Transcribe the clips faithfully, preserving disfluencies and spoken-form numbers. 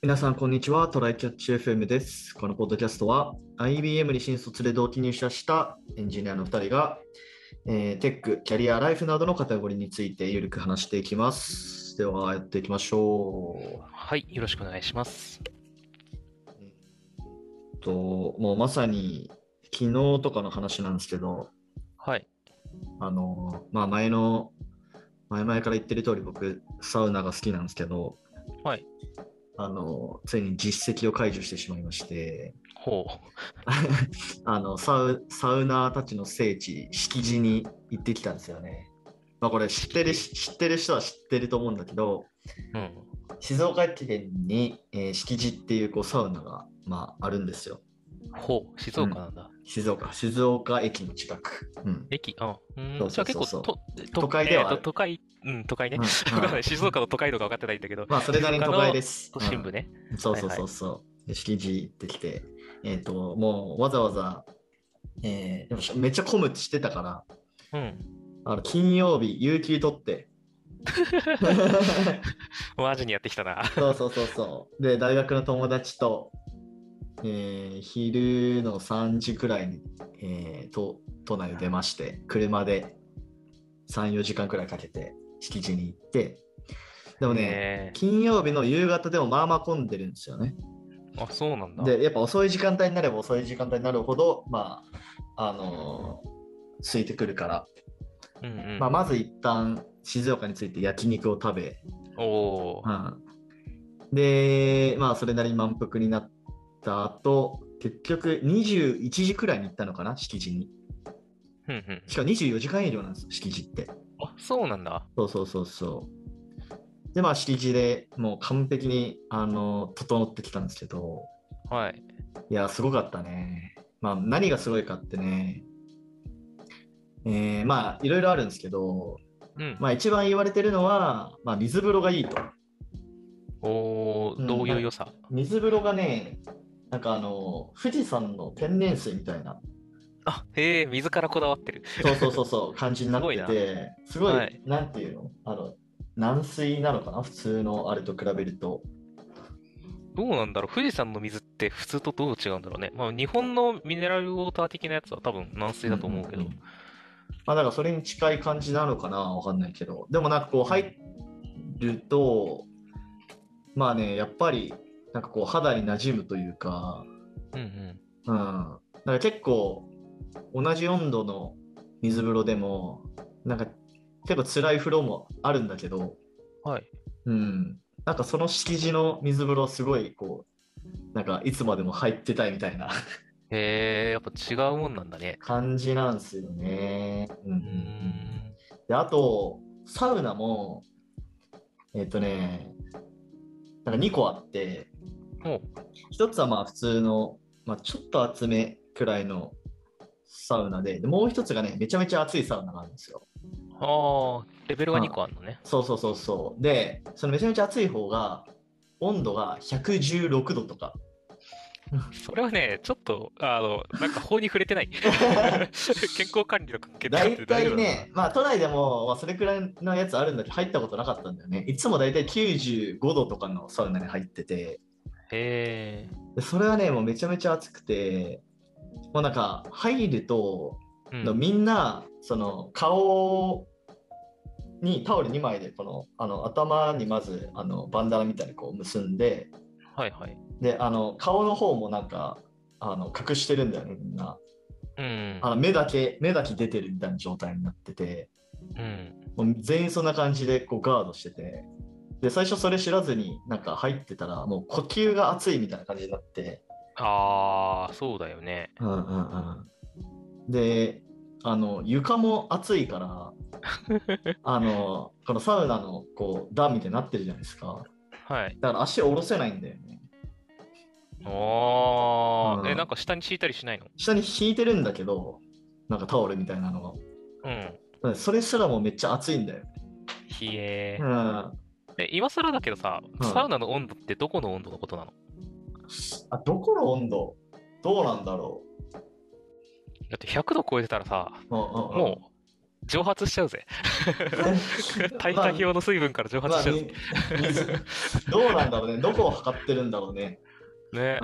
皆さん、こんにちは。トライキャッチ エフエム です。このポッドキャストは アイビーエム に新卒で同期入社したエンジニアのふたりが、えーテック、キャリア、ライフなどのカテゴリーについてゆるく話していきます。では、やっていきましょはい、よろしくお願いします。 う。えっと、もうまさに昨日とかの話なんですけど、 はい。 あの、まあ前の、前々から言ってる通り僕、サウナが好きなんですけど、 はい。 あの、ついに実績を解除してしまいまして、 ほあのサウ、サウナーたちの聖地、敷地に行ってきたんですよね。まあ、これう。 知ってる、 敷地。 知ってる人は知ってると思うんだけど、 うん。 静岡県に、えー敷地っていう、こうサウナが、まあ、あるんですよ。 ほう。静うん。 岡なんだ。 静岡、静岡駅の近く。うん。 駅、あ、うーん。 そうそうじゃあ結構、 そうそと、 う。都と、えっと、 会ではある。 都会、うん、都会ね。 うん、うわかんない。 ん。 静岡の都会度が分かってないんだけど、 まあ、それな静りに都会岡のです。 都うん。 心部ね。 そうそうはいはい。 そうそう。で敷地行ってきて、えっと、もうわざわざ、えーでもめっちゃ混むって知ってたから、 うん。 あの金曜日、有給取って、 マジにやってきたな。 そうそうそうそう。で、大学の友達と、えー昼のさんじくらいに、えーと都内を出まして、車でさん、よじかんくらいかけて敷地に行って、でもね、 へえ。 金曜日の夕方でもまあまあ混んでるんですよね。 あ、そうなんだ。 で、やっぱ遅い時間帯になれば遅い時間帯になるほど、まあ、あのー空いてくるから、 うんうまあ、 ん。 まず一旦静岡について焼肉を食べ、 おー。 うん、で、まあ、それなりに満腹になった後、結局にじゅういちじくらいに行ったのかな、敷地に。 うんうんうん。 しかもにじゅうよじかん営業なんですよ、敷地って。 あ、そうなんだ。 そうそうそうそう。で、まあ、敷地でもう完璧に、あの、整ってきたんですけど、 はい。 いや、すごかったね。まあ、何がすごいかってね、えーまあ、いろいろあるんですけど、 うん。 まあ、一番言われてるのは、まあ、水風呂がいいと。 おー、どうん、なんかういう良さ？ 水風呂がね、なんかあの、富士山の天然水みたいな、 あ、へえ、水からこだわってる。 そうそうそうそう、感じになってすごいな。 て、すごい、 はい。 なんていうのあの、軟水なのかな普通のあれと比べると。 どうなんだろう。富士山の水って普通とどう違うんだろうね。まあ日本のミネラルウォーター的なやつは多分軟水うんうだと思うけど。 んうん。まあ、だからそれに近い感じなのかなわかんないけど。でもなんかこううん。 入ると、まあね、やっぱり、なんかこう肌に馴染むというか、 うんうん。 うん。だから結構、同じ温度の水風呂でも、なんか結構辛い風呂もあるんだけど、 はい。 うん。なんかその敷地の水風呂すごいこう、なんかいつまでも入ってたいみたいなへえ、やっぱ違うもんなんだね。 感じなんですよね。うんううんうん。 ーん。 で、あと、サウナも、えっとね、なんかにこあって、 おう。 一つはまあ普通の、まあちょっと厚めくらいのサウナで、でもう一つがね、めちゃめちゃ熱いサウナがあるんですよ。 ああ、レベルがにうん。 こあるのね。 そうそうそうそう。で、そのめちゃめちゃ熱い方が、温度がひゃくじゅうろくどとか。 それはね、ちょっと、あの、なんか法に触れてない。健康管理の関係とかって大大丈夫なのかな？ 体ね、まあ都内でも、まあ、それくらいのやつあるんだけど、入ったことなかったんだよね。いつも大体きゅうじゅうごどとかのサウナに入ってて、 へえ。 でそれはね、もうめちゃめちゃ暑くて、もうなんか入ると、 うん。 みんな、その顔にタオルにまいで、この、あの頭にまずあのバンダナみたいにこう結んで、 はいはい。 で、あの顔の方もなんかあの隠してるんだよね、みんな。 うん。 あの目だけ、目だけ出てるみたいな状態になってて、 うん。 もう全員そんな感じでこうガードしてて、で、最初それ知らずになんか入ってたら、もう呼吸が熱いみたいな感じになって、 ああ、そうだよね。 うんうんうん。で、あの、床も熱いから、あの、このサウナのこう段みたいになってるじゃないですか。 はい。 だから足下ろせないんだよね。うああ、え、なんん。 か下に敷いたりしないの？ 下に引いてるんだけど、なんかタオルみたいなのうん。 が。それすらもめっちゃ熱いんだよね。 ひえ。 うん。 え、今更だけどさ、 うん。 サウナの温度ってどこの温度のことなの？ あ、どこの温度どうなんだろだってひゃくど超えてたらさ、 う。うんうんうもん。 蒸発しちゃうぜ。体まあ、 感表の水分から蒸まあ、 発しちゃうぜ。 み水、どうなんだろうね。どこを測ってるんだろうね。 ね。 うん。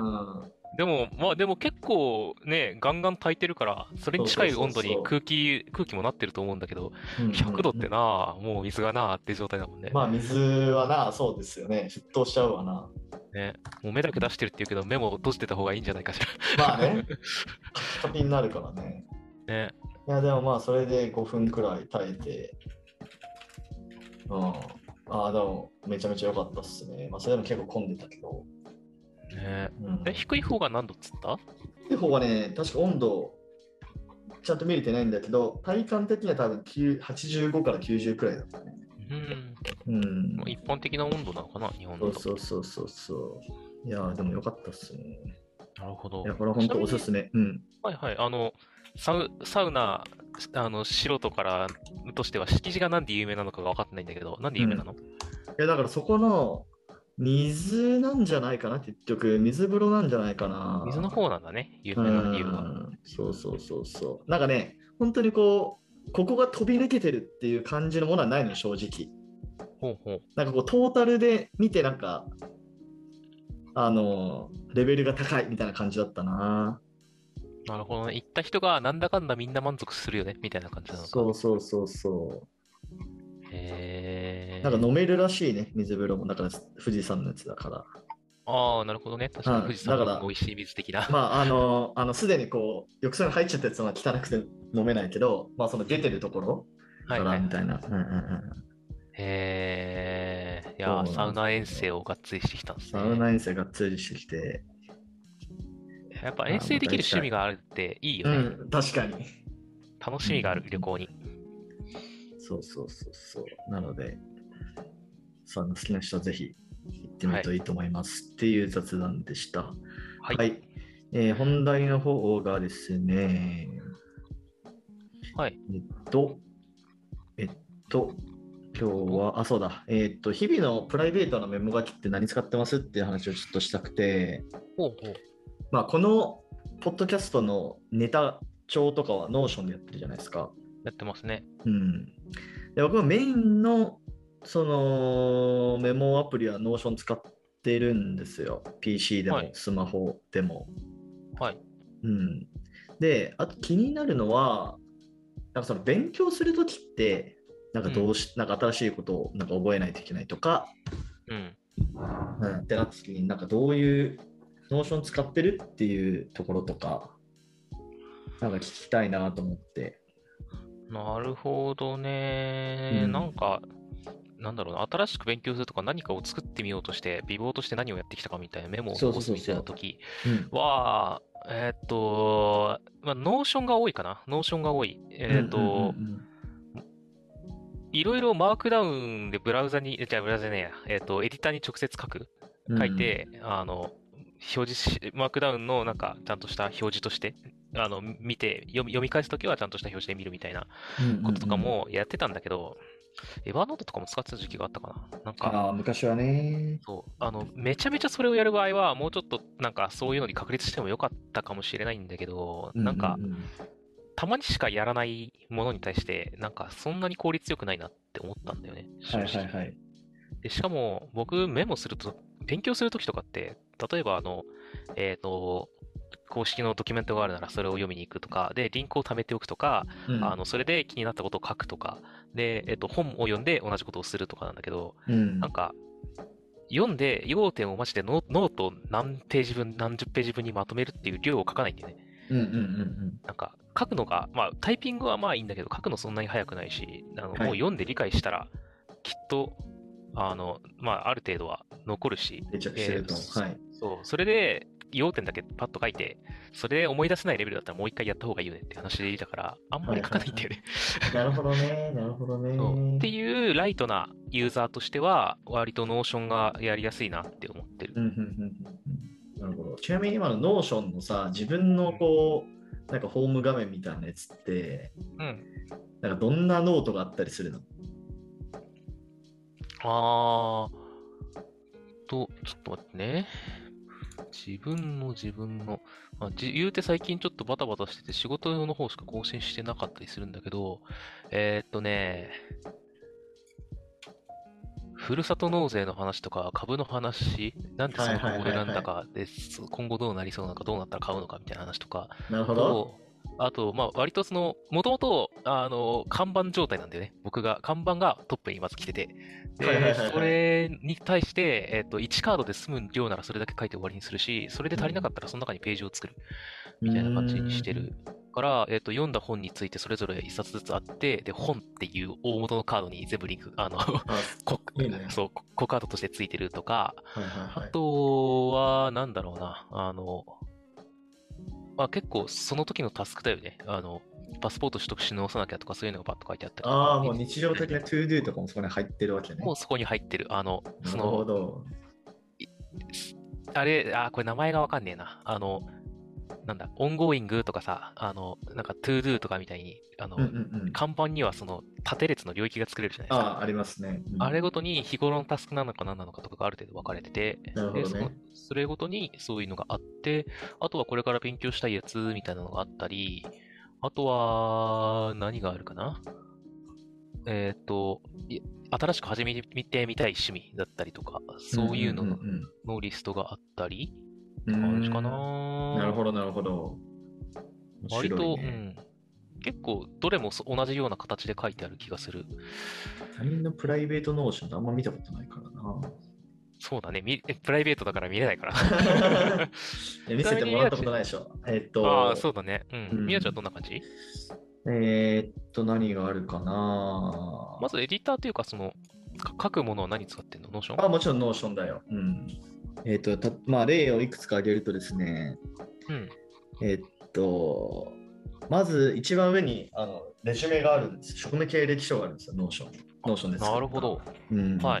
でも、まあでも結構ね、ガンガン炊いてるから、それにそうそうそう近い温度にそ空気、空気もなってると思うんだけど、 う。うんうんひゃくどってうん。 な、もう水がなって状態だもんね。 まあ、水はな、そうですよね。沸騰しちゃうわな。 ね。もう目だけ出してるって言うけど、目も閉じてた方がいいんじゃないかしら。 まあね、カピカピになるからね。 ね。 いや、でもまあ、それでごふんくらい耐えて、うん。ああ、でも、めちゃめちゃ良かったっすね。まあ、それでも結構混んでたけど。 ね。 うん。 え、低い方が何度っつった？ で、方がね、確か温度、ちゃんと見れてないんだけど、体感的には多分きゅうはちじゅうごからきゅうじゅうくらいだったね。 うん。 うんまあ一般的な温度なのかな、日本そうだと。 そうそうそうそう。いやー、でもよかったっすね。 なるほど。 いや、これは本当ちなみに、 おすすめ。うん。 はいはい、あの、サウ、サウナ、あの、素人からとしては、敷地がなんで有名なのかが分かってないんだけど、なんでうん。 有名なの？ いや、だからそこの水なんじゃないかな、結局。水風呂なんじゃないか水のな。 方なんだね、有う名な理由は。 ん。そうそうそうそう。なんかね、本当にこう、ここが飛び抜けてるっていう感じのものはないの、正直。 ほうほう。 なんかこう、トータルで見て、なんか、あの、レベルが高いみたいな感じだったな。 なるほどね。行った人がなんだかんだみんな満足するよね、みたいな感じなのか。 そうそうそうそう。なんかへえ。 飲めるらしいね、水風呂も。だから富士山のやつだかああ、なるほどね。確かにら。 富うん。 士山の美だから、 味しい水的な。 まあ、あの、あの、すでにこう、浴槽に入っちゃったやつは汚くて飲めないけど、まあ、その出てるところかはいはいはい。 らみたいな。うんうんうん。 へえ。いやー、 そうなんでサウナ遠すよ。 征をがっつりしてきたんですサウナね。 遠征がっつりしてきて、 やっぱ遠ああ、ま征できるた行きたい。 趣味があるっていいよね。 うん、確かに。 楽うんうんしみがある、旅うん、 行に。 そうそうそうそう。なので、サウナ好きな人はぜひ行ってみはい。 るといいと思いますっていう雑談でした。 はい。 はい。えー本題の方がですね、 はい。 えっと、えっと、今日と、 は、あ、そうだ、えっと、日々のプライベートなメモ書きって何使ってますっていう話をちょっとしたくて、 ほうほう。 まあ、このポッドキャストのネタ帳とかはノーションでやってるじゃないですか。 やってますね。 うん。で、僕はメインのそのメモアプリはノーション使ってるんですよ。ピーシー ではい。 もスマホでも。 はい。 うん。で、あと気になるのは、なんかその勉強するときって、なんかうん。 どうし、なんか新しいことをなんか覚えないといけないとか、 うん。 うん、ってなったときに、なんかどういうノーション使ってるっていうところとか、なんか聞きたいなと思って。 なるほどね。なうん。 んか、なんだろうな。新しく勉強するとか何かを作ってみようとして、美貌として何をやってきたかみたいなメモをそうそう残すみたいなそうそ時う。うん。 は、えーっと、まあ、ノーションが多いかな。ノーションが多い。 うんうんえーっと、 うんいろいろマークダウンでブラウザに、じゃあブラウザねえや、えーっと、エディターに直接書く。 うん。うん。 書いて、あの、表示し、マークダウンのなんか、ちゃんとした表示として、あの、見て、読み、読み返すときはちゃんとした表示で見るみたいなうんうんうこととかん。 もやってたんだけど、エヴァーノートとかも使ってた時期があったかな。なんか、 ああ、昔はね。 そう、あの、めちゃめちゃそれをやる場合は、もうちょっとなんかそういうのに確立してもよかったかもしれないんだけど、 うんうんうなんか、 ん。 たまにしかやらないものに対して、なんかそんなに効率よくないなって思ったんだよね、正はいはい直。 はい。 で、しかも、僕、メモすると、勉強するときとかって、例えば、あの、えっと、公式のドキュメントがあるならそれを読みに行くとか、で、リンクを貯めておくとか、 うん。 あの、それで気になったことを書くとか、で、えっと、本を読んで同じことをするとかなんだけど、 うん。 なんか、読んで要点をマジでノノート何ページ分、何十ページ分にまとめるっていう量を書かないんだよね。 うんうんうんうん。 なんか、書くのが、まあ、タイピングはまあいいんだけど、書くのそんなに早くないし、あの、もうはい。 読んで理解したら、きっと、あの、まあ、ある程度は残るし、 定着してえーると。 そはい。 そう、それで、要点だけパッと書いて、それで思い出せないレベルだったらもう一回やった方がいいよねって話でいいだから、あんまり書はいはいはい。 かないんだよね。 なるほどね。なるほどそう。ってね。 いうライトなユーザーとしては、割とノーションがやりやすいなって思ってる。 うんうんうんうんうん。なるほど。ちなみに今のノーションのさ、自分のうん。 こう、なんかホーム画面みたいなやつって、 うん。 なんかどんなノートがあったりするの？ あーと、ちょっと待ってね。 自分の自分の、まあ、じ言うて最近ちょっとバタバタしてて仕事用の方しか更新してなかったりするんだけど、えーっとね、ふるさと納税の話とか株の話、なんでそはいはいのこれはいはい。 なんだかで、そ今後どうなりそうなのか、どうなったら買うのかみたいな話とか、 なるほど。 と、あと、まあ、割とその、もともと、あの、看板状態なんだよね。僕が、看板がトップにまず来てて。で、 はいはいはいそはい。 れに対して、えっと、いちカードで済む量ならそれだけ書いて終わりにするし、それでうん。 足りなかったらその中にページを作る。 うみたいな感じにしーん。 てる。から、えっと、読んだ本についてそれぞれ一冊ずつあって、で、本っていう大元のカードに全部リンク、あのあ、すこ、 いいね。 そう、コカードとしてついてるとか、 はいはいあはい。 とは、なんだろうな、あの、まあ、結構その時のタスクだよね。あの、パスポート取得し直さなきゃとかそういうのがパッと書いてあったりとああ、 か、いもう日常うん、 的な トゥードゥとかもそこに入ってるわけね。 もうそこに入ってる。あの、 なるほその、 ど。 いあれ、あ、これ名前がわかんねえな。あの、なんだ、オンゴーイングとかさ、あの、なんか、トゥードゥとかみたいに、あうんうの、 んうん。 看板にはその、縦列の領域が作れるじゃないですか。 ああ、ありますね。うん。 あれごとに日頃のタスクなのか何なのかとかがある程度分かれてて、 なるほで、その、 どね。 それごとにそういうのがあって、あとはこれから勉強したいやつみたいなのがあったり、あとは、何があるかなえっと、い新しく始めてみたい趣味だったりとか、 うんうんうそういうのの、 んのリストがあったりっうん。うて感じかーん。なるな。 ほどなるほど。面割と、う白いね。 ん、結構どれもそ同じような形で書いてある気がする。 他人のプライベートノーションってあんま見たことないからな。 そうだね、みプライベートだから見れないからな。 いや見ちなみせてもらったこにみやちゃん、 とないでしょ。えっああ、 と、 そうだね。うん。みやちゃんうん。 どんな感じ？ えーっと、何があるかな。 まずエディターというか、その、か書くものは何使ってんの？ノーション？ あ、もちろんノーションだよ。うん。えーっと、たまあ、例をいくつか挙げるとですね、 うん。 えーっと、まず一番上にあのレジュメがあるんです。職務経歴書があるんですよ、ノーション。ノーションで作った。 なるほど。 うん。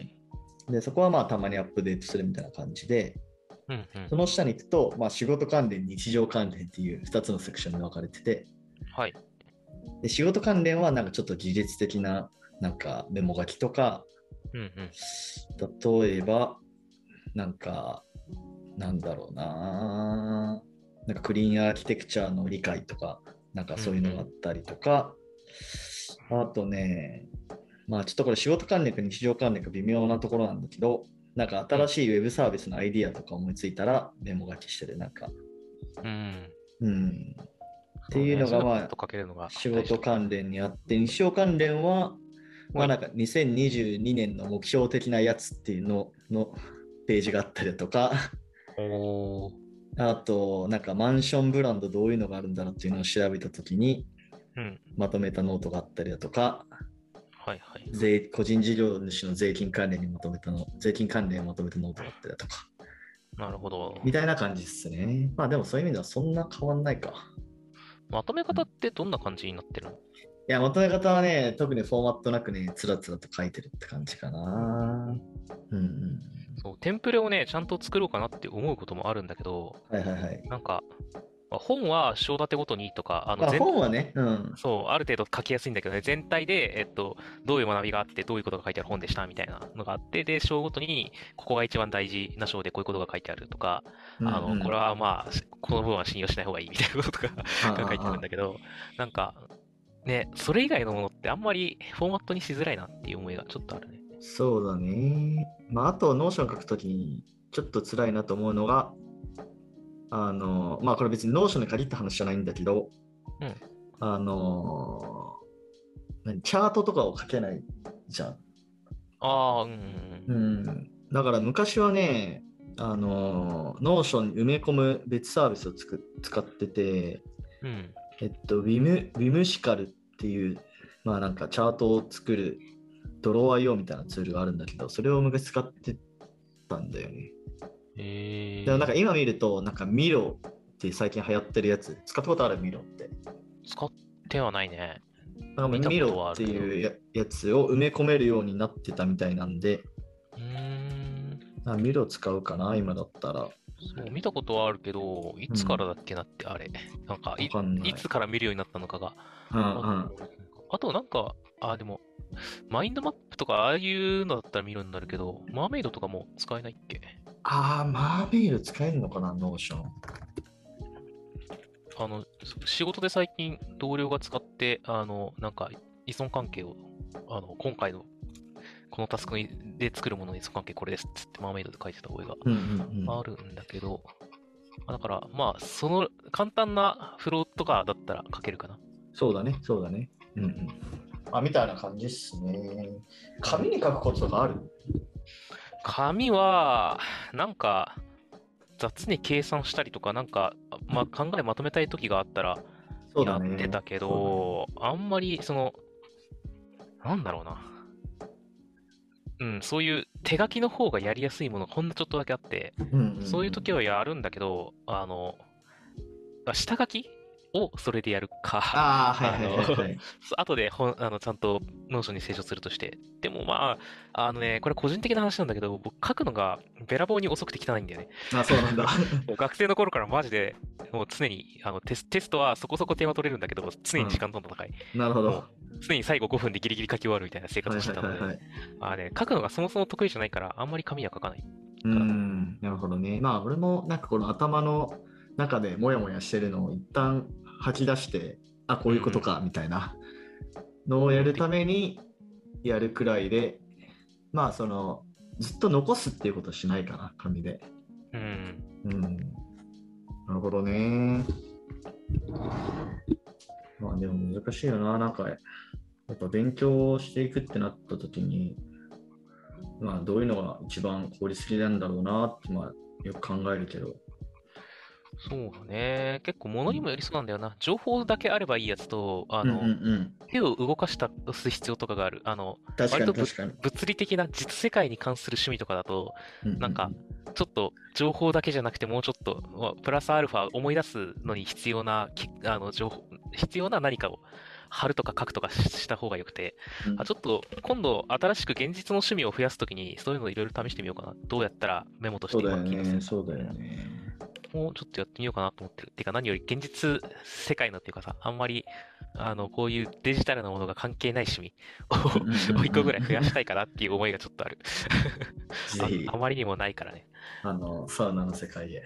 はい。 で、そこはまあたまにアップデートするみたいな感じで、 うんうん。 その下に行くと、まあ、仕事関連、日常関連っていうふたつのセクションに分かれてて、 はい。 で仕事関連はなんかちょっと技術的ななんかメモ書きとか、 うんうん。 例えば、なんか、なんだろうな、なんかクリーンアーキテクチャの理解とか、なんかうんそういうのがあったりとか、あとね、まあちょっとこれ仕事関連か日常関連か微妙なところなんだけど、なんかうん。 新しいウェブサービスのアイディアとか思いついたらメモ書きしてる、なんか、 うん。 うん。っていうそうね。そういうのパッのがまあと書けるのが仕事大事だね。 関連にあって、日常関連は、 ほい。 まあなんかにせんにじゅうにねんの目標的なやつっていうののページがあったりとか、 おー。 あとなんかマンションブランドどういうのがあるんだろうっていうのを調べたときにうん。 まとめたノートがあったりだとか、 はいはい。 税個人事業主の税金関連にまとめたの、税金関連をまとめたノートがあったりだとか、 なるほど。 みたいな感じですね。まあでもそういう意味ではそんな変わんないか。 まとめうん、い方ってどんな感じになってるの？ や、まとめ方はね、特にフォーマットなくね、つらつらと書いてるって感じかな。うんうん。 そう、テンプレをね、ちゃんと作ろうかなって思うこともあるんだけど、 はいはいはい。 なんか、まあ本は章立てごとにとか、あのまあ全、 本はね、うん。 そう、ある程度書きやすいんだけどね、全体で、えっと、どういう学びがあって、どういうことが書いてある本でしたみたいなのがあって、で、章ごとに、ここが一番大事な章でこういうことが書いてあるとか、 うんうあの、これん。 はまあ、この部分は信用しない方がいいみたいなこととかあが書いてああああ。 るんだけど、なんか、ね、それ以外のものってあんまりフォーマットにしづらいなっていう思いがちょっとあるね。 そうだね。まああと、ノーション書くときにちょっと辛いなと思うのが、あの、まあこれ別にノーションに限った話じゃないんだけど、 うん。 あの、何チャートとかを書けないじゃん。 ああ、うんうんうん。だから昔はね、あの、ノーションに埋め込む別サービスをつく使ってて、 うん。うん。 えっと、ウィム、ウィムシカルっていう、まあなんかチャートを作るドロワイオみたいなツールがあるんだけど、それを昔使ってたんだよね。でもなんかえー、 今見ると、なんかミロって最近流行ってるやつ、使ったことあるミロって。 使ってはないね。 なんか見たことミロってはあるけど。ういうや、やつを埋め込めるようになってたみたいなんで、 ーん。 あミロ使うかな、今だったら。 そう、見たことはあるけど、いうん、 つからだっけなってあれ。なんか、 わい、 かんない。 いつから見るようになったのかが。 うんうあと、 ん。 あとなんか、あ、でも、マインドマップとかああいうのだったら見るようになるけど、マーメイドとかも使えないっけ？ ああ、マーメイル使えるのかな、ノーション。 あの、仕事で最近同僚が使って、あの、なんか依存関係を、あの、今回のこのタスクにで作るものの依存関係これですっつってマーメイドで書いてた覚えがうんうんあるんだけど、まあだから、まあ、その簡単なフローとかだったら書けるかな。 そうだね、そうだね。うんうん。あ、みたいな感じっすね。紙に書くコツとかある？ 紙は、なんか、雑に計算したりとか、なんか、まあ、考えまとめたい時があったらやっそうだね。 てたけそうだね。 ど、あんまり、その、なんだろうな。うん、そういう手書きの方がやりやすいものがほんのちょっとだけあって、 うんうんうん、 そういう時はやるんだけど、あの、下書きをそれでやるか、 ああ、はいあの、 はいはいはい。 後で本あのちゃんとノーションに清書するとして。でもまあ、あのね、これ個人的な話なんだけど、僕書くのがべらぼうに遅くて汚いんだよね。 あ、そうなんだ。 もう学生の頃からマジで、もう常にあのテス、テストはそこそこ点は取れるんだけど、常に時うん。 間どんどん高い。 なるほど。 もう常に最後ごふんでギリギリ書き終わるみたいな生活はいをしてたので、 はいはいはい。 あーね、書くのがそもそも得意じゃないから、あんまり紙は書かないうーかな。 ん、なるほどね。まあ、俺もなんかこの頭の中でモヤモヤしてるのを一旦吐き出して、あ、こういうことかみたいなのをやるためにやるくらいで、まあ、その、ずっと残すっていうことはしないかな、紙で。 うん。 うん。なるほどね。まあ、でも難しいよな。なんか、やっぱ勉強していくってなった時に、まあ、どういうのが一番効率的なんだろうなって、まあ、よく考えるけど。 そうだね。結構物にもよりそうなんだよな。情報だけあればいいやつと、あうんうんうの、 ん。 手を動かしたす必要とかがある。あの、 確か割とぶに確かに。 物理的な実世界に関する趣味とかだと、 うんうんうなんか、 ん。 ちょっと情報だけじゃなくてもうちょっと、まあプラスアルファ思い出すのに必要な、きあの、情報、必要な何かを貼るとか書くとかしした方がよくて、あ、ちょっと今度新しく現実の趣味を増やすときにそういうのをいろいろ試してみようかな。どうやったらメモとしそうてうまだよね、 く記入するかそうだよみたいな。 ね。 もうちょっとやってみようかなと思ってる。てか何より現実世界のっていうかさ、あんまり、あの、こういうデジタルなものが関係ない趣味うんうんうんを一個ぐらい増やしうん。 たいかなっていう思いがちょっとある。あ、 ぜひ、 あまりにもないからね。 あの、サウナの世界へ。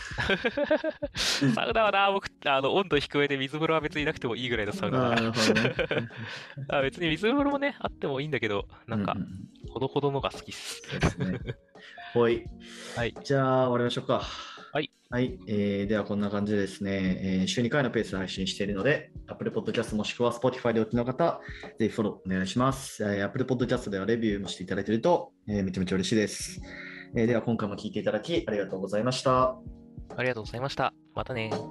サウナはな、僕、あの、温度低めで水風呂は別になくてもいいぐらいのサウナだああ、 かなるほどね。 ら。あ、別に水風呂もね、あってもいいんだけど、なんか、 うんうんうん。 ほどほどのが好きっす。 そうですね。ほい。 はい。 じゃあ、終わりましょうか。 はい。 はい、えーではこんな感じでですね、えー週にかいのペースで配信しているので、Apple Podcast もしくは Spotify でお聞きの方、ぜひフォローお願いします。えー Apple Podcast ではレビューもしていただけると、えーめちゃめちゃ嬉しいです。えーでは今回も聞いていただきありがとうございました。 ありがとうございました。またね。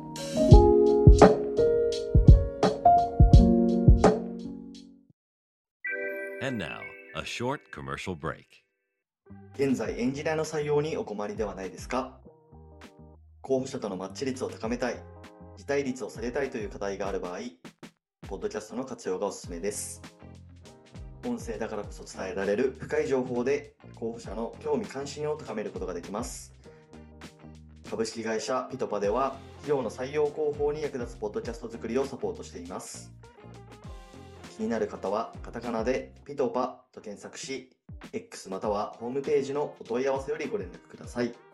And now, a short commercial break. 現在、エンジニアの採用にお困りではないですか？候補者とのマッチ率を高めたい、辞退率を下げたいという課題がある場合、ポッドキャストの活用がおすすめです。音声だからこそ伝えられる深い情報で候補者の興味関心を高めることができます。株式会社ピトパでは企業の採用広報に役立つポッドキャスト作りをサポートしています。気になる方はカタカナでピトパと検索し、X またはホームページのお問い合わせよりご連絡ください。